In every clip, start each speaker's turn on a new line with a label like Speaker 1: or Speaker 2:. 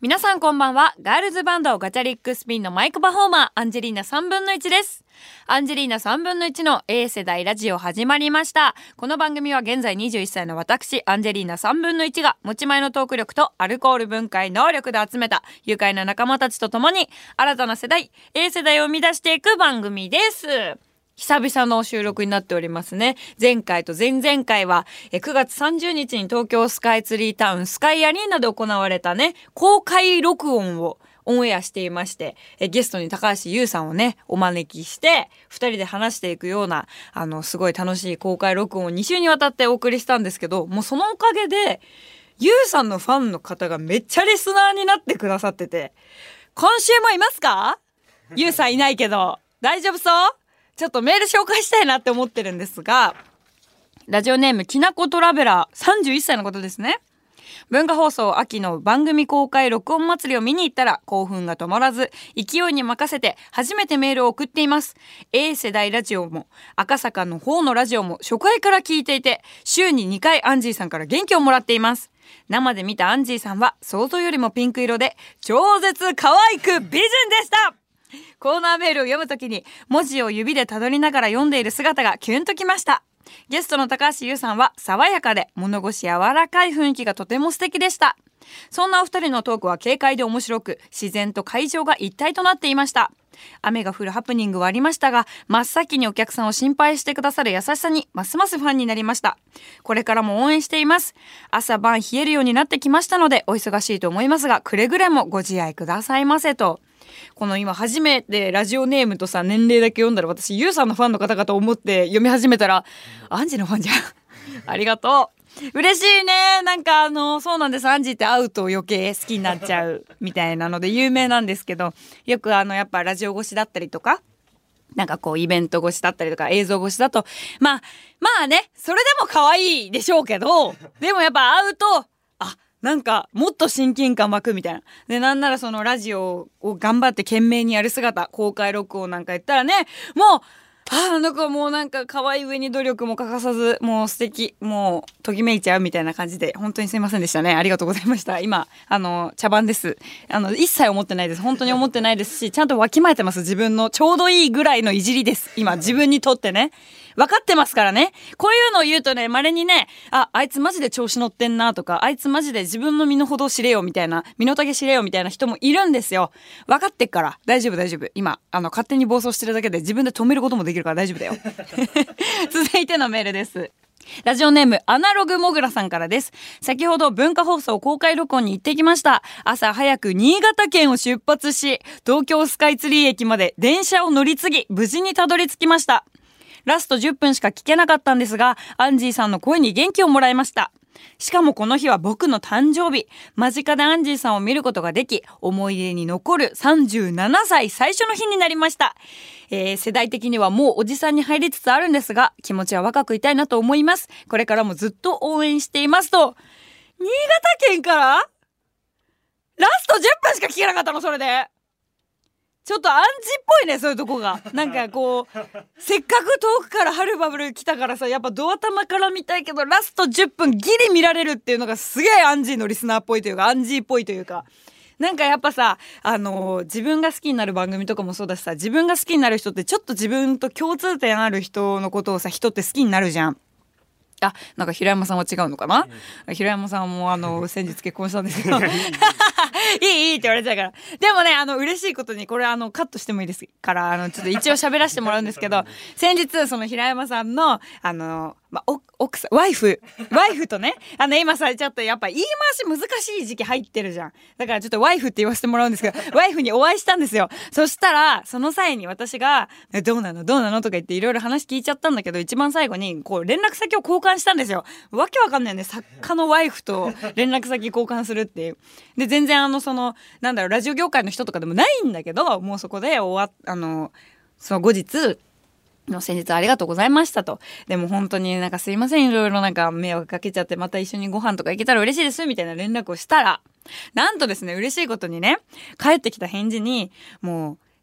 Speaker 1: 皆さんこんばんは。ガールズバンドガチャリックスピンのマイクパフォーマーアンジェリーナ3分の1です。アンジェリーナ3分の1の A 世代ラジオ始まりました。この番組は現在21歳の私アンジェリーナ3分の1が持ち前のトーク力とアルコール分解能力で集めた愉快な仲間たちと共に新たな世代 A 世代を生み出していく番組です。久々の収録になっておりますね。前回と前々回は9月30日に東京スカイツリータウンスカイアリーナで行われたね、公開録音をオンエアしていまして、ゲストに高橋優さんをね、お招きして、二人で話していくような、すごい楽しい公開録音を2週にわたってお送りしたんですけど、もうそのおかげで、優さんのファンの方がめっちゃリスナーになってくださってて、今週もいますか？優さんいないけど、大丈夫そう？ちょっとメール紹介したいなって思ってるんですが、ラジオネームきなこトラベラー31歳のことですね。文化放送秋の番組公開録音祭りを見に行ったら興奮が止まらず、勢いに任せて初めてメールを送っています。 A 世代ラジオも赤坂の方のラジオも初回から聞いていて、週に2回アンジーさんから元気をもらっています。生で見たアンジーさんは想像よりもピンク色で超絶可愛く美人でした。コーナーメールを読むときに文字を指でたどりながら読んでいる姿がキュンときました。ゲストの高橋優さんは爽やかで物腰柔らかい雰囲気がとても素敵でした。そんなお二人のトークは軽快で面白く、自然と会場が一体となっていました。雨が降るハプニングはありましたが、真っ先にお客さんを心配してくださる優しさにますますファンになりました。これからも応援しています。朝晩冷えるようになってきましたのでお忙しいと思いますが、くれぐれもご自愛くださいませと。この今初めてラジオネームとさ年齢だけ読んだら、私ユウさんのファンの方かと思って読み始めたらアンジのファンじゃんありがとう、嬉しいね。なんかそうなんです。アンジって会うと余計好きになっちゃうみたいなので有名なんですけど、よくやっぱラジオ越しだったりとか、なんかこうイベント越しだったりとか映像越しだとまあね、それでも可愛いでしょうけど、でもやっぱ会うとなんかもっと親近感湧くみたいな。で、なんならそのラジオを頑張って懸命にやる姿、公開録音なんか言ったらね、もうなんかもうなんか可愛い上に努力も欠かさず、もう素敵、もうときめいちゃうみたいな感じで、本当にすいませんでしたね。ありがとうございました。今茶番です。一切思ってないです。本当に思ってないですし、ちゃんとわきまえてます。自分のちょうどいいぐらいのいじりです。今自分にとってね。分かってますからね。こういうのを言うとね、稀にね、あいつマジで調子乗ってんなとか、あいつマジで自分の身の程を知れよみたいな、身の丈知れよみたいな人もいるんですよ。分かってっから大丈夫大丈夫。今勝手に暴走してるだけで自分で止めることもできるから大丈夫だよ続いてのメールです。ラジオネームアナログモグラさんからです。先ほど文化放送公開録音に行ってきました。朝早く新潟県を出発し、東京スカイツリー駅まで電車を乗り継ぎ、無事にたどり着きました。ラスト10分しか聞けなかったんですが、アンジーさんの声に元気をもらいました。しかもこの日は僕の誕生日。間近でアンジーさんを見ることができ、思い出に残る37歳最初の日になりました。世代的にはもうおじさんに入りつつあるんですが、気持ちは若くいたいなと思います。これからもずっと応援していますと。新潟県からラスト10分しか聞けなかったの？それでちょっとアンジっぽいね、そういうとこが。なんかこうせっかく遠くからハルバブル来たからさ、やっぱドア玉から見たいけどラスト10分ギリ見られるっていうのがすげえアンジーのリスナーっぽいというか、アンジーっぽいというか、なんかやっぱさ自分が好きになる番組とかもそうだしさ、自分が好きになる人ってちょっと自分と共通点ある人のことをさ、人って好きになるじゃん。なんか平山さんは違うのかな、平山さんも先日結婚したんですけどいいって言われてたから。でもね嬉しいことにこれカットしてもいいですからちょっと一応喋らせてもらうんですけど先日その平山さんの奥さんワイフとね今さちょっとやっぱ言い回し難しい時期入ってるじゃん。だからちょっとワイフって言わせてもらうんですけどワイフにお会いしたんですよ。そしたらその際に私がどうなのとか言っていろいろ話聞いちゃったんだけど、一番最後にこう連絡先を交換したんですよ。わけわかんないよね、作家のワイフと連絡先交換するっていう。で全然なんだろうラジオ業界の人とかでもないんだけど、もうそこでその後日先日ありがとうございましたと。でも本当になんかすいません、いろいろなんか迷惑かけちゃって、また一緒にご飯とか行けたら嬉しいですみたいな連絡をしたら、なんとですね、嬉しいことにね、帰ってきた返事にもう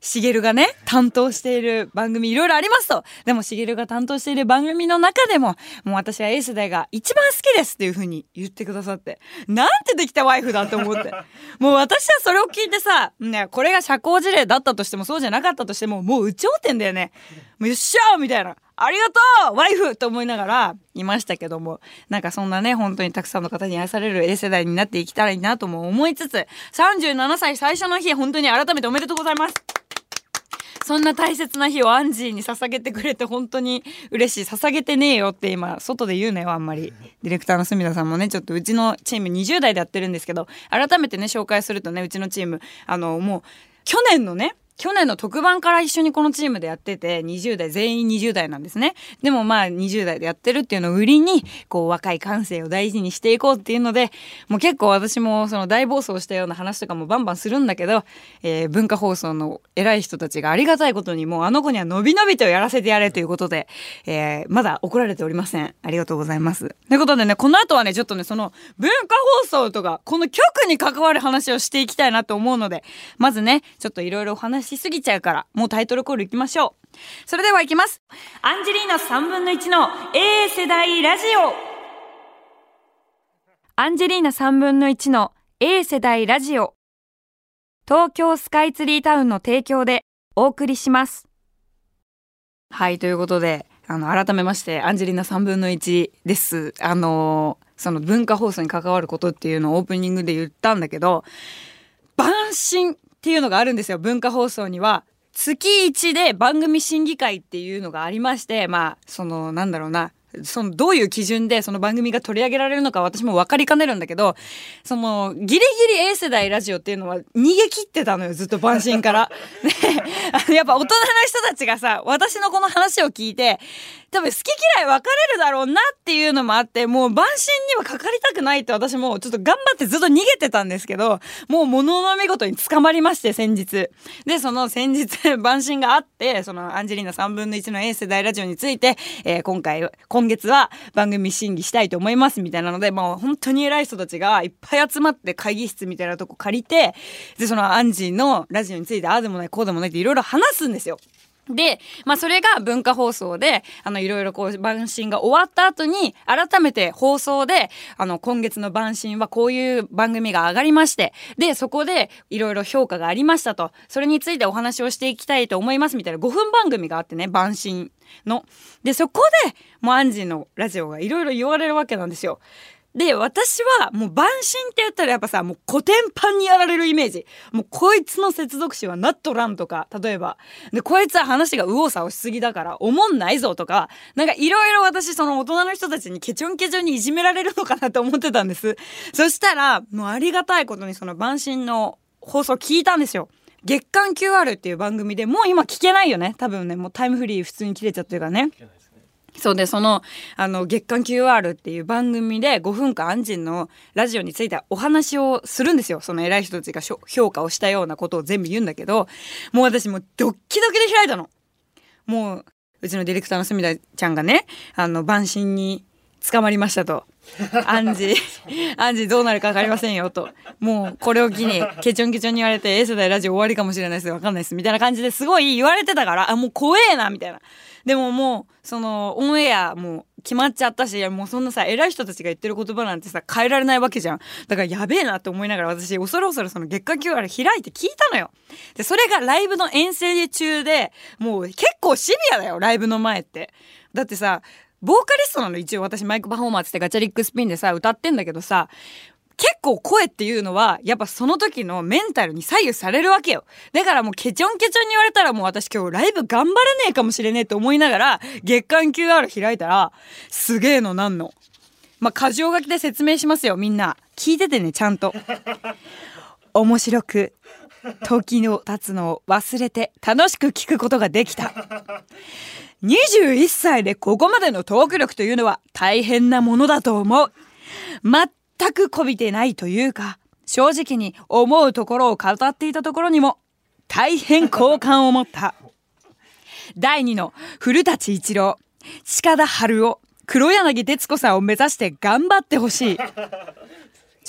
Speaker 1: しげるがね担当している番組いろいろありますと。でもしげるが担当している番組の中でももう私は A 世代が一番好きですっていう風に言ってくださって、なんてできたワイフだと思ってもう私はそれを聞いてさ、ね、これが社交辞令だったとしてもそうじゃなかったとしてももう有頂天だよね。もうよっしゃーみたいな、ありがとうワイフと思いながらいましたけども、なんかそんなね本当にたくさんの方に愛される A 世代になっていきたらいいなとも思いつつ、37歳最初の日本当に改めておめでとうございます。そんな大切な日をアンジーに捧げてくれて本当に嬉しい。捧げてねえよって今外で言うなよあんまり。ディレクターの隅田さんもねちょっとうちのチーム20代でやってるんですけど、改めてね紹介するとね、うちのチームもう去年の特番から一緒にこのチームでやってて、20代全員20代なんですね。でもまあ20代でやってるっていうのを売りにこう若い感性を大事にしていこうっていうので、もう結構私もその大暴走したような話とかもバンバンするんだけど、文化放送の偉い人たちがありがたいことにもうあの子にはのびのびとやらせてやれということで、まだ怒られておりません。ありがとうございます。ということでね、この後はねちょっとねその文化放送とかこの局に関わる話をしていきたいなと思うので、まずねちょっといろいろお話しすぎちゃうからもうタイトルコールいきましょう。それではいきます。アンジェリーナ3分の1の A 世代ラジオ。アンジェリーナ3分の1の A 世代ラジオ、東京スカイツリータウンの提供でお送りします。はい、ということで改めましてアンジェリーナ3分の1です。その文化放送に関わることっていうのをオープニングで言ったんだけど、晩神っていうのがあるんですよ。文化放送には月1で番組審議会っていうのがありまして、まあなんだろうな、どういう基準でその番組が取り上げられるのか私も分かりかねるんだけど、ギリギリ A 世代ラジオっていうのは逃げ切ってたのよ、ずっと晩神からでやっぱ大人の人たちがさ私のこの話を聞いて多分好き嫌い分かれるだろうなっていうのもあって、もう晩神にはかかりたくないって私もちょっと頑張ってずっと逃げてたんですけど、もう物の見事に捕まりまして、先日で先日晩神があって、そのアンジェリーナ3分の1の A 世代ラジオについて、今月は番組審議したいと思いますみたいなので、もう本当に偉い人たちがいっぱい集まって会議室みたいなとこ借りて、でそのアンジーのラジオについてああでもないこうでもないっていろいろ話すんですよ。で、それが文化放送でいろいろこう晩神が終わった後に改めて放送で今月の晩神はこういう番組が上がりまして、でそこでいろいろ評価がありましたと、それについてお話をしていきたいと思いますみたいな5分番組があってね、晩神の。でそこでもうアンジーのラジオがいろいろ言われるわけなんですよ。で私はもう晩神って言ったらやっぱさ、もうコテンパンにやられるイメージ。もうこいつの接続詞はなっとらんとか、例えばでこいつは話が右往左往しすぎだからおもんないぞとか、なんかいろいろ私その大人の人たちにケチョンケチョンにいじめられるのかなと思ってたんです。そしたらもうありがたいことにその晩神の放送聞いたんですよ。月刊 QR っていう番組で、もう今聞けないよね多分ね、もうタイムフリー普通に切れちゃってるからね。そうで、月刊 QR っていう番組で5分間アンジンのラジオについてお話をするんですよ。その偉い人たちが評価をしたようなことを全部言うんだけど、もう私もうドッキドキで開いたの。もううちのディレクターの隅田ちゃんがね晩神に捕まりましたとアンジどうなるか分かりませんよと、もうこれを機にケチョンケチョンに言われて A 世代ラジオ終わりかもしれないです、分かんないですみたいな感じですごい言われてたから、もう怖えなみたいな。でももうそのオンエアもう決まっちゃったし、もうそんなさ偉い人たちが言ってる言葉なんてさ変えられないわけじゃん。だからやべえなって思いながら私恐る恐るその月刊 QR 開いて聞いたのよ。でそれがライブの遠征中で、もう結構シビアだよライブの前って。だってさボーカリストなの、一応私マイクパフォーマーってガチャリックスピンでさ歌ってんだけどさ、結構声っていうのはやっぱその時のメンタルに左右されるわけよ。だからもうケチョンケチョンに言われたらもう私今日ライブ頑張れねえかもしれねえと思いながら月刊 QR 開いたらすげえのなんの。箇条書きで説明しますよ、みんな聞いててねちゃんと。面白く時の経つのを忘れて楽しく聞くことができた。21歳でここまでのトーク力というのは大変なものだと思う。全くこびてないというか、正直に思うところを語っていたところにも大変好感を持った。第2の古舘一郎、近田春夫、黒柳徹子さんを目指して頑張ってほしい。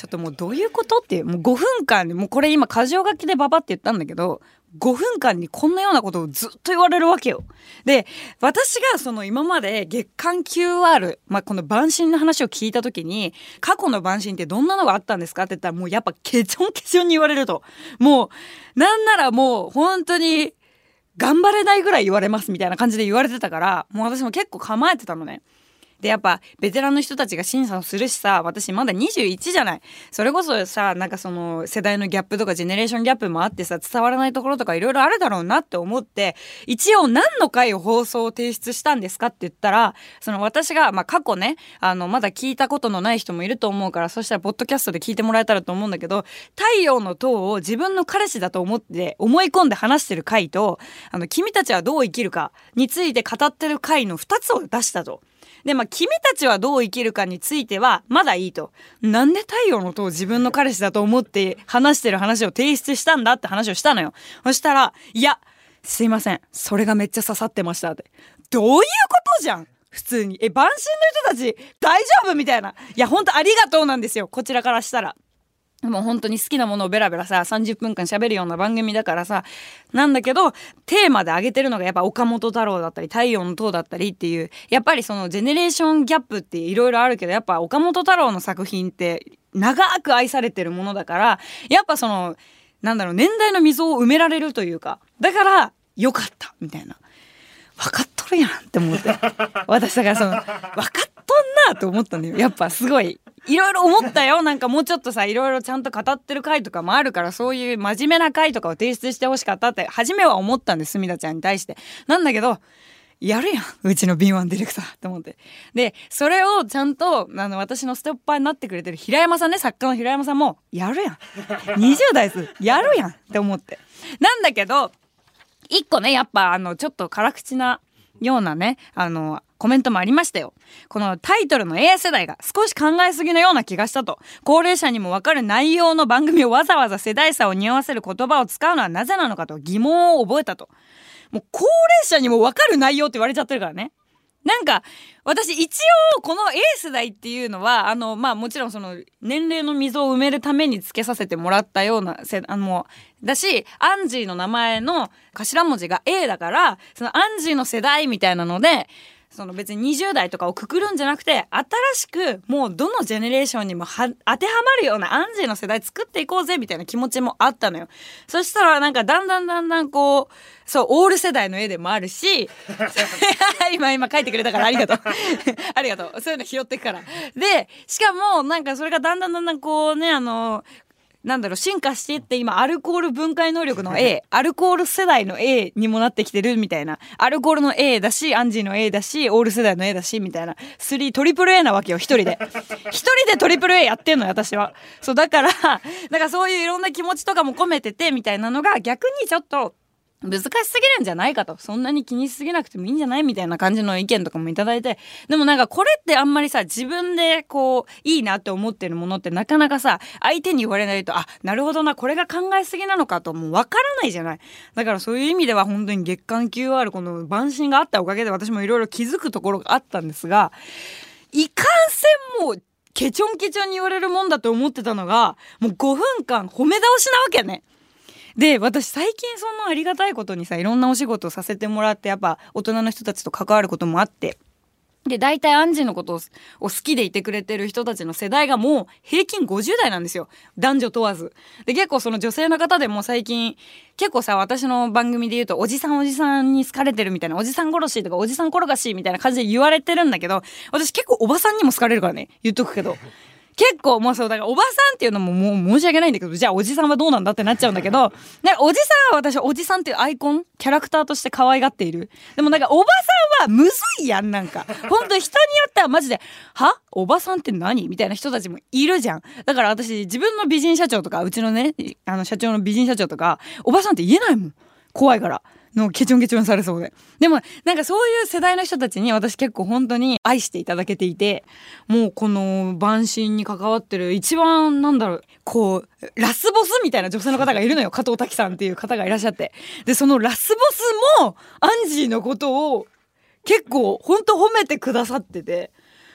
Speaker 1: ちょっともうどういうことっていう、もう5分間でもうこれ今箇条書きでババって言ったんだけど、5分間にこんなようなことをずっと言われるわけよ。で、私がその今まで月間 QR、この晩神の話を聞いた時に、過去の晩神ってどんなのがあったんですかって言ったら、もうやっぱケチョンケチョンに言われると。もう、なんならもう本当に頑張れないぐらい言われますみたいな感じで言われてたから、もう私も結構構えてたのね。で、やっぱベテランの人たちが審査をするしさ、私まだ21じゃない。それこそさ、なんかその世代のギャップとかジェネレーションギャップもあってさ、伝わらないところとかいろいろあるだろうなって思って、一応何の回を放送を提出したんですかって言ったら、その私が過去ね、まだ聞いたことのない人もいると思うから、そしたらポッドキャストで聞いてもらえたらと思うんだけど、太陽の塔を自分の彼氏だと思って思い込んで話してる回と、君たちはどう生きるかについて語ってる回の2つを出したと。で、君たちはどう生きるかについてはまだいいと。なんで太陽の塔を自分の彼氏だと思って話してる話を提出したんだって話をしたのよ。そしたら、いや、すいません。それがめっちゃ刺さってましたって。どういうことじゃん普通に。晩神の人たち大丈夫みたいな。いや、ほんとありがとうなんですよ。こちらからしたら。もう本当に好きなものをベラベラさ30分間喋るような番組だからさ、なんだけどテーマで挙げてるのがやっぱ岡本太郎だったり太陽の塔だったりっていう、やっぱりそのジェネレーションギャップっていろいろあるけど、やっぱ岡本太郎の作品って長く愛されてるものだから、やっぱその年代の溝を埋められるというか、だからよかったみたいな。分かっとるやんって思って私だから分かっとんなと思ったんだよ。やっぱすごいいろいろ思ったよ。なんかもうちょっとさ、いろいろちゃんと語ってる回とかもあるから、そういう真面目な回とかを提出してほしかったって初めは思ったんです、すみだちゃんに対して。なんだけどやるやんうちの敏腕ディレクターって思って、でそれをちゃんと私のストッパーになってくれてる平山さんね、作家の平山さんもやるやん20代ですやるやんって思って、なんだけど一個ね、やっぱちょっと辛口なようなねコメントもありましたよ。このタイトルの AI 世代が少し考えすぎのような気がしたと。高齢者にもわかる内容の番組をわざわざ世代差を匂わせる言葉を使うのはなぜなのかと疑問を覚えたと。もう高齢者にもわかる内容って言われちゃってるからね。なんか私一応この A 世代っていうのはもちろんその年齢の溝を埋めるためにつけさせてもらったようなだし、アンジーの名前の頭文字が A だから、そのアンジーの世代みたいなので、その別に20代とかをくくるんじゃなくて、新しくもうどのジェネレーションにも当てはまるようなアンジーの世代作っていこうぜみたいな気持ちもあったのよ。そしたらなんかだんだんこうオール世代の絵でもあるし今書いてくれたからありがとうありがとう。そういうの拾ってくから。でしかもなんかそれがだんだんこうね進化していって、今アルコール分解能力の A アルコール世代の A にもなってきてるみたいな、アルコールの A だしアンジーの A だしオール世代の A だしみたいなトリプル A なわけよ。一人でトリプル A やってんのよ私は。そうだからそういういろんな気持ちとかも込めててみたいなのが逆にちょっと難しすぎるんじゃないかと、そんなに気にしすぎなくてもいいんじゃないみたいな感じの意見とかもいただいて、でもなんかこれってあんまりさ、自分でこういいなって思ってるものってなかなかさ、相手に言われないと、なるほどな、これが考えすぎなのかともうわからないじゃない。だからそういう意味では本当に月間 QR この晩神があったおかげで私もいろいろ気づくところがあったんですが、いかんせんもうケチョンケチョンに言われるもんだと思ってたのが、もう5分間褒め倒しなわけね。で私最近そのありがたいことにさ、いろんなお仕事をさせてもらって、やっぱ大人の人たちと関わることもあって、で大体アンジーのことを好きでいてくれてる人たちの世代がもう平均50代なんですよ、男女問わず。で結構その女性の方でも最近結構さ、私の番組で言うとおじさんに好かれてるみたいな、おじさん殺しとかおじさん転がしみたいな感じで言われてるんだけど、私結構おばさんにも好かれるからね、言っとくけど結構もうそうだからおばさんっていうのももう申し訳ないんだけど、じゃあおじさんはどうなんだってなっちゃうんだけど、おじさんは私おじさんっていうアイコンキャラクターとして可愛がっている。でもなんかおばさんはむずいやん、なんか本当に人によってはマジでおばさんって何みたいな人たちもいるじゃん。だから私自分の美人社長とか、うちのね社長の美人社長とかおばさんって言えないもん、怖いからのケチョンケチョンされそうで。でもなんかそういう世代の人たちに私結構本当に愛していただけていて、もうこの晩神に関わってる一番こうラスボスみたいな女性の方がいるのよ、加藤滝さんっていう方がいらっしゃって、でそのラスボスもアンジーのことを結構本当褒めてくださってて、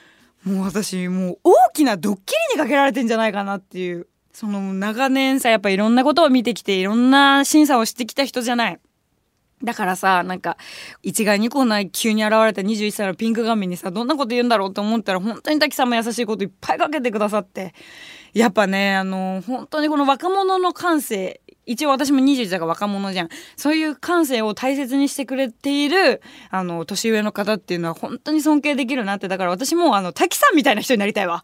Speaker 2: もう私もう大きなドッキリにかけられてんじゃないかなっていう、その長年さやっぱいろんなことを見てきていろんな審査をしてきた人じゃない。だからさ、なんか一概にこんな急に現れた21歳のピンク髪にさどんなこと言うんだろうと思ったら、本当に滝さんも優しいこといっぱいかけてくださって、やっぱね本当にこの若者の感性、一応私も21歳が若者じゃん、そういう感性を大切にしてくれている年上の方っていうのは本当に尊敬できるなって。だから私も滝さんみたいな人になりたいわ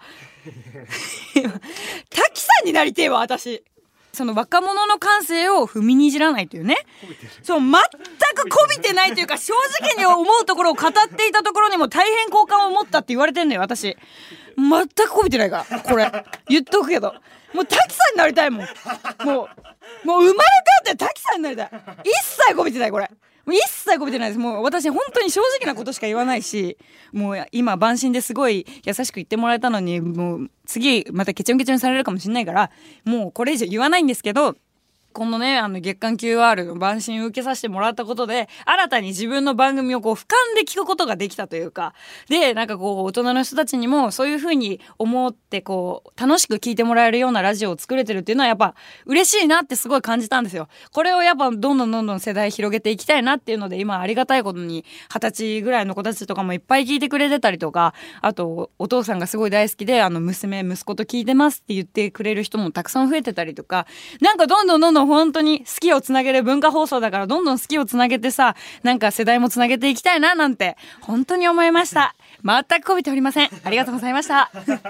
Speaker 2: 滝さんになりてえわ私。その若者の感性を踏みにじらないというね。そう、全くこびてないというか、正直に思うところを語っていたところにも大変好感を持ったって言われてんのよ私。全くこびてないからこれ言っとくけど、もう滝さんになりたいもん。もう生まれたって滝さんになりたい。一切こびてないこれ。もう一切こびてないです。もう私本当に正直なことしか言わないし、もう今晩神ですごい優しく言ってもらえたのに、もう次またケチョンケチョンにされるかもしれないから、もうこれ以上言わないんですけど、このね月刊 QR の晩神を受けさせてもらったことで、新たに自分の番組をこう俯瞰で聞くことができたというか、でなんかこう大人の人たちにもそういう風に思ってこう楽しく聞いてもらえるようなラジオを作れてるっていうのはやっぱ嬉しいなってすごい感じたんですよ。これをやっぱどんどん世代広げていきたいなっていうので、今ありがたいことに20歳ぐらいの子たちとかもいっぱい聞いてくれてたりとか、あとお父さんがすごい大好きで息子と聞いてますって言ってくれる人もたくさん増えてたりとか、なんかどんどん本当に好きをつなげる文化放送だから、どんどん好きをつなげてさ、なんか世代もつなげていきたいななんて本当に思いました。全くこびておりません。ありがとうございました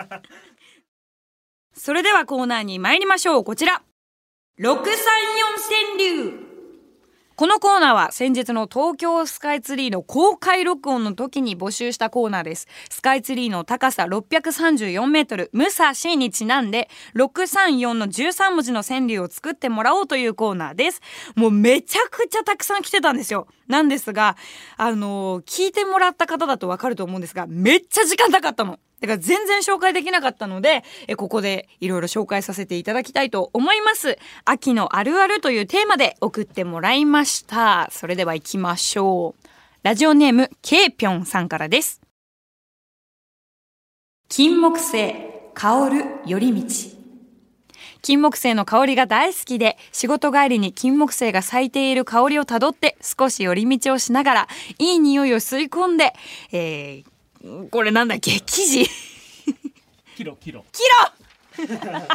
Speaker 2: それではコーナーに参りましょう。こちら634川柳。このコーナーは先日の東京スカイツリーの公開録音の時に募集したコーナーです。スカイツリーの高さ634メートル武蔵にちなんで634の13文字の川柳を作ってもらおうというコーナーです。もうめちゃくちゃたくさん来てたんですよ。なんですが聞いてもらった方だとわかると思うんですが、めっちゃ時間なかったの。だから全然紹介できなかったので、ここでいろいろ紹介させていただきたいと思います。秋のあるあるというテーマで送ってもらいました。それでは行きましょう。ラジオネームケイピョンさんからです。金木犀香る寄り道。金木犀の香りが大好きで、仕事帰りに金木犀が咲いている香りをたどって少し寄り道をしながらいい匂いを吸い込んで、これなんだっけ、生地キロキロに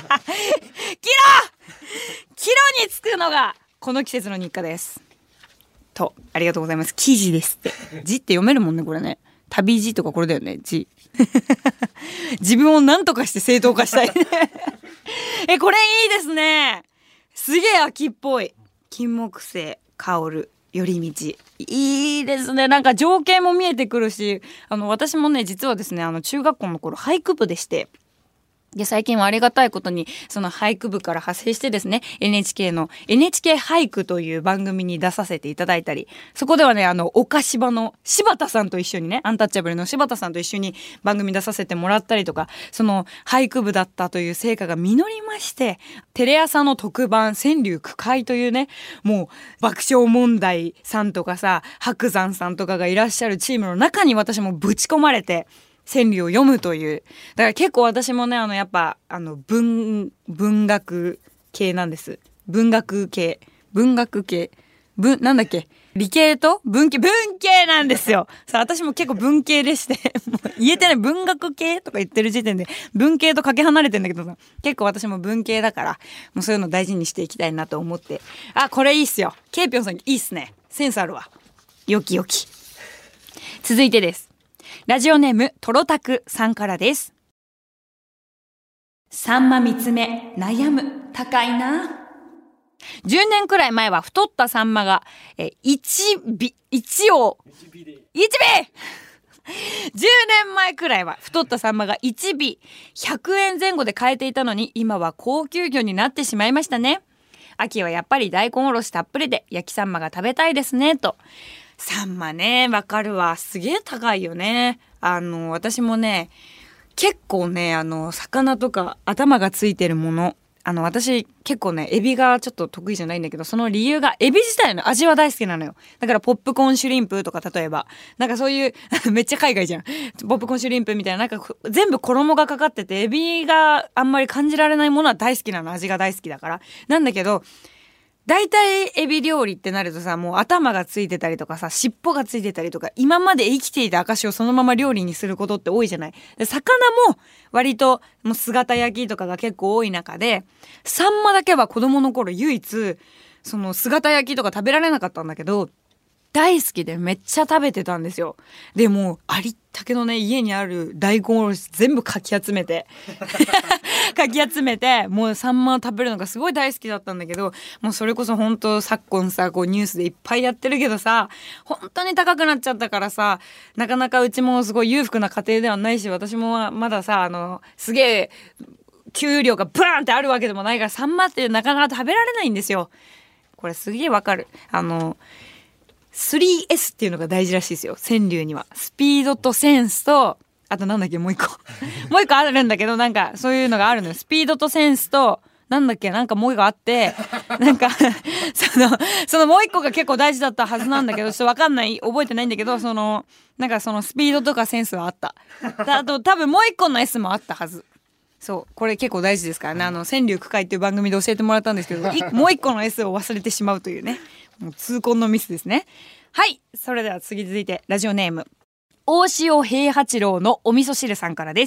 Speaker 2: つくのがこの季節の日課ですと。ありがとうございます。生地ですって。字って読めるもんねこれね。旅字とかこれだよね、字自分を何とかして正当化したいねこれいいですね。すげえ秋っぽい。金木犀香る寄り道、いいですね。なんか情景も見えてくるし、私もね実はですね中学校の頃俳句部でして、で最近はありがたいことにその俳句部から派生してですね NHK の NHK 俳句という番組に出させていただいたり、そこではねおかしばの柴田さんと一緒にね、アンタッチャブルの柴田さんと一緒に番組出させてもらったりとか、その俳句部だったという成果が実りまして、テレ朝の特番川柳句会というね、もう爆笑問題さんとかさ白山さんとかがいらっしゃるチームの中に私もぶち込まれて川柳を読むという。だから結構私もねやっぱ文学系なんです。文学系なんだっけ、理系と文系なんですよ。さあ私も結構文系でしてもう言えてない、文学系とか言ってる時点で文系とかけ離れてんだけどさ、結構私も文系だからもうそういうの大事にしていきたいなと思って、これいいっすよ。ケイピョンさんいいっすね。センスあるわ。よきよき。続いてです。ラジオネームトロタクさんからです。サンマ見つめ悩む高いな。10年くらい前は太ったサンマが1尾10年前くらいは太ったサンマが1尾100円前後で買えていたのに、今は高級魚になってしまいましたね。秋はやっぱり大根おろしたっぷりで焼きサンマが食べたいですねと。サンマね、わかるわ。すげえ高いよね。私もね結構ね魚とか頭がついてるもの、 私結構ねエビがちょっと得意じゃないんだけど、その理由がエビ自体の味は大好きなのよ。だからポップコーンシュリンプとか、例えばなんかそういうめっちゃ海外じゃん、ポップコーンシュリンプみたいな、なんか全部衣がかかっててエビがあんまり感じられないものは大好きなの。味が大好きだからなんだけど、大体エビ料理ってなるとさ、もう頭がついてたりとかさ、尻尾がついてたりとか、今まで生きていた証をそのまま料理にすることって多いじゃない。で魚も割ともう姿焼きとかが結構多い中で、サンマだけは子供の頃唯一その姿焼きとか食べられなかったんだけど、大好きでめっちゃ食べてたんですよ。でもうありったけのね、家にある大根おろし全部かき集めてもうサンマを食べるのがすごい大好きだったんだけど、もうそれこそ本当昨今さ、こうニュースでいっぱいやってるけどさ、本当に高くなっちゃったからさ、なかなかうちもすごい裕福な家庭ではないし、私もまださすげえ給料がブーンってあるわけでもないから、サンマってなかなか食べられないんですよ。これすげえわかる。3S っていうのが大事らしいですよ、川柳には。スピードとセンスと、あとなんだっけ、もう一個もう一個あるんだけど、なんかそういうのがあるのよ。スピードとセンスとなんだっけ、なんかもう一個あって、なんかそのもう一個が結構大事だったはずなんだけど、ちょっとわかんない、覚えてないんだけど、なんかそのスピードとかセンスはあった。あと多分もう一個の S もあったはず。そう、これ結構大事ですからね。川柳句会っていう番組で教えてもらったんですけど、もう一個の S を忘れてしまうというね、もう痛恨のミスですね。はい、それでは次続いてラジオネーム大塩平八郎のお味噌汁さんからです。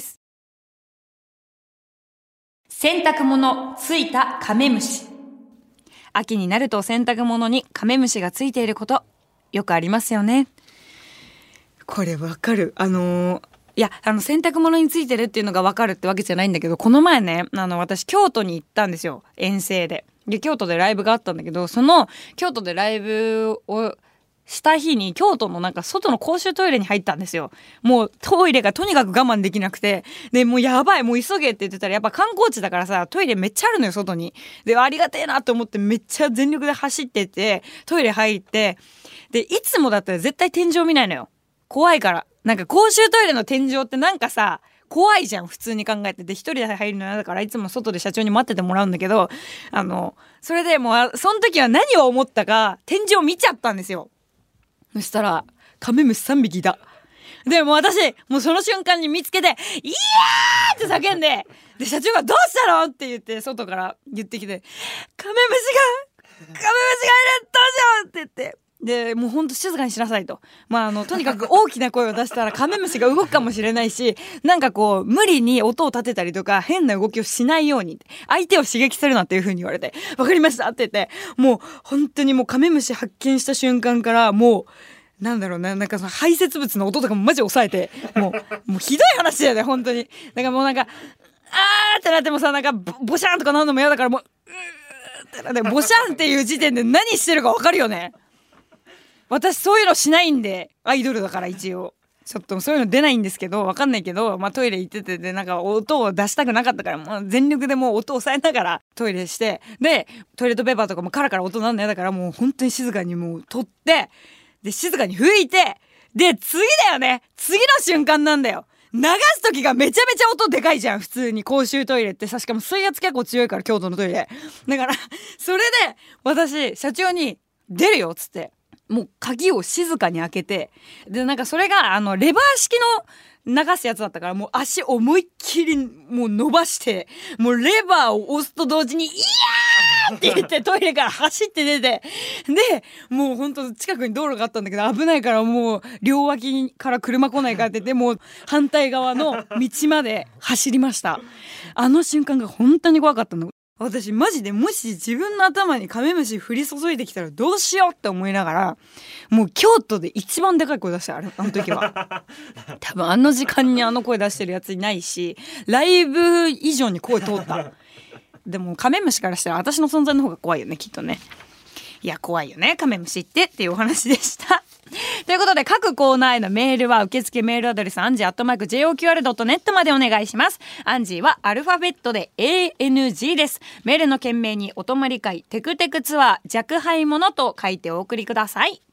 Speaker 2: 洗濯物ついたカメムシ。秋になると洗濯物にカメムシがついていることよくありますよね。これわかる。いや洗濯物についてるっていうのがわかるってわけじゃないんだけど、この前ね私京都に行ったんですよ、遠征で。京都でライブがあったんだけど、その京都でライブをした日に京都のなんか外の公衆トイレに入ったんですよ。もうトイレがとにかく我慢できなくて、でもうやばい、もう急げって言ってたら、やっぱ観光地だからさ、トイレめっちゃあるのよ外に。でありがてえなと思ってめっちゃ全力で走ってってトイレ入って、でいつもだったら絶対天井見ないのよ、怖いから。なんか公衆トイレの天井ってなんかさ怖いじゃん普通に考えて。で一人で入るの嫌だからいつも外で社長に待っててもらうんだけど、それでもうその時は何を思ったか天井見ちゃったんですよ。そしたらカメムシ3匹いた。でもう私もうその瞬間に見つけて「イエー!」って叫んで、で社長が「どうしたの?」って言って外から言ってきて「カメムシがいる、どうしよう!」って言って、でもうほんと静かにしなさいと。とにかく大きな声を出したらカメムシが動くかもしれないし、なんかこう無理に音を立てたりとか変な動きをしないように、相手を刺激するなっていう風に言われて、わかりましたって言って、もう本当にもうカメムシ発見した瞬間からもうなんだろうな、なんかその排泄物の音とかもマジ抑えて、もうひどい話だよね本当に。だからもうなんかあーってなってもさ、なんかボシャンとかなるのも嫌だから、もうってなって、ボシャンっていう時点で何してるかわかるよね。私そういうのしないんで、アイドルだから一応ちょっとそういうの出ないんですけど、わかんないけど、トイレ行ってて、でなんか音を出したくなかったから、もう全力でもう音を抑えながらトイレして、でトイレットペーパーとかもカラカラ音なんのやだから、もう本当に静かにもう取って、で静かに拭いて、で次だよね、次の瞬間なんだよ。流す時がめちゃめちゃ音でかいじゃん普通に公衆トイレってさ。しかも水圧結構強いから京都のトイレだから、それで私社長に出るよっつって、もう鍵を静かに開けて、でなんかそれがレバー式の流すやつだったから、もう足思いっきりもう伸ばして、もうレバーを押すと同時に「イヤー!」って言ってトイレから走って出て、でもうほんと近くに道路があったんだけど危ないから、もう両脇から車来ないからって言って、もう反対側の道まで走りました。あの瞬間が本当に怖かったの。私マジでもし自分の頭にカメムシ降り注いできたらどうしようって思いながら、もう京都で一番でかい声出した、あの時は多分あの時間にあの声出してるやついないし、ライブ以上に声通った。でもカメムシからしたら私の存在の方が怖いよねきっとね。いや怖いよねカメムシってっていうお話でしたということで、各コーナーへのメールは受付メールアドレスangie@joqr.net までお願いします。アンジーはアルファベットで ANG です。メールの件名にお泊まり会、テクテクツアー、若輩者と書いてお送りください。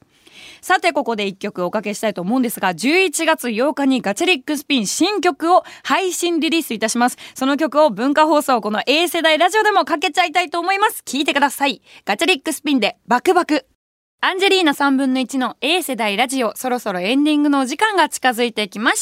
Speaker 2: さてここで1曲おかけしたいと思うんですが、11月8日にガチャリックスピン新曲を配信リリースいたします。その曲を文化放送この A 世代ラジオでもかけちゃいたいと思います。聴いてください。ガチャリックスピンでバクバク。アンジェリーナ3分の1の A 世代ラジオ、そろそろエンディングのお時間が近づいてきました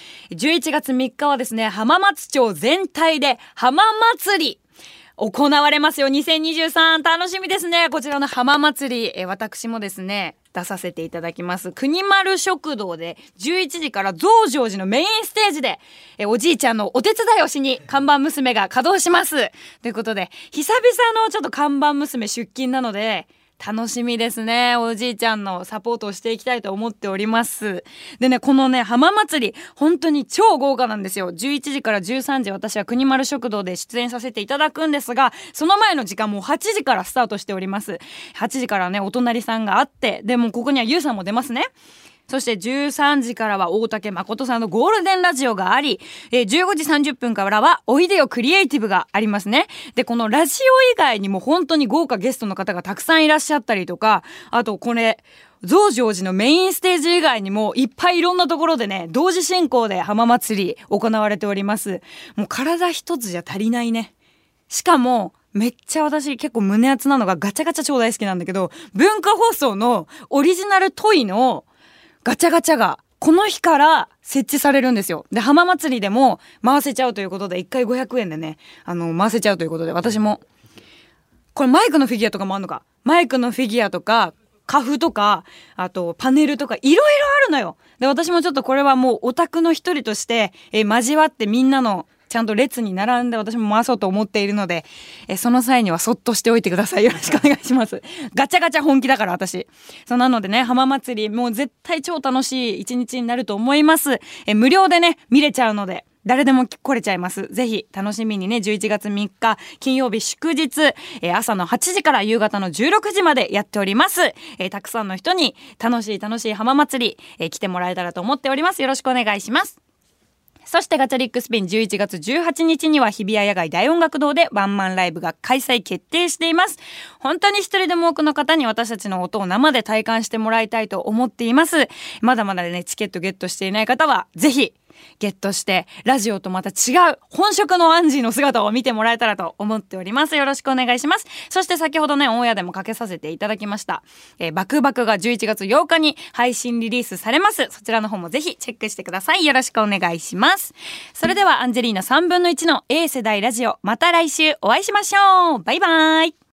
Speaker 2: 。11月3日はですね、浜松町全体で浜祭り行われますよ。2023楽しみですね。こちらの浜祭り、私もですね出させていただきます。国丸食堂で11時から増上寺のメインステージでおじいちゃんのお手伝いをしに看板娘が稼働します。ということで久々のちょっと看板娘出勤なので楽しみですね。おじいちゃんのサポートをしていきたいと思っております。でね、このね浜祭り本当に超豪華なんですよ。11時から13時私は国丸食堂で出演させていただくんですが、その前の時間もう8時からスタートしております。8時からねお隣さんがあって、でもここにはゆうさんも出ますね。そして13時からは大竹誠さんのゴールデンラジオがあり、15時30分からはおいでよクリエイティブがありますね。で、このラジオ以外にも本当に豪華ゲストの方がたくさんいらっしゃったりとか、あとこれ増上寺のメインステージ以外にもいっぱいいろんなところでね同時進行で浜祭り行われております。もう体一つじゃ足りないね。しかもめっちゃ私結構胸熱なのがガチャガチャ超大好きなんだけど、文化放送のオリジナルトイのガチャガチャがこの日から設置されるんですよ。で、浜祭りでも回せちゃうということで1回500円でね回せちゃうということで、私もこれマイクのフィギュアとかもあるのか。マイクのフィギュアとかカフとかあとパネルとかいろいろあるのよ。で、私もちょっとこれはもうオタクの一人として交わってみんなのちゃんと列に並んで私も回そうと思っているので、その際にはそっとしておいてください。よろしくお願いします。ガチャガチャ本気だから私。そうなのでね、浜祭りもう絶対超楽しい一日になると思います。無料でね見れちゃうので誰でも来れちゃいます。ぜひ楽しみにね、11月3日金曜日祝日、朝の8時から夕方の16時までやっております。たくさんの人に楽しい浜祭り、来てもらえたらと思っております。よろしくお願いします。そしてガチャリックスピン11月18日には日比谷野外大音楽堂でワンマンライブが開催決定しています。本当に一人でも多くの方に私たちの音を生で体感してもらいたいと思っています。まだまだねチケットゲットしていない方はぜひゲットしてラジオとまた違う本職のアンジーの姿を見てもらえたらと思っております。よろしくお願いします。そして先ほどねオンエアでもかけさせていただきましたバクバクが11月8日に配信リリースされます。そちらの方もぜひチェックしてください。よろしくお願いします。それではアンジェリーナ3分の1の A 世代ラジオ、また来週お会いしましょう。バイバイ。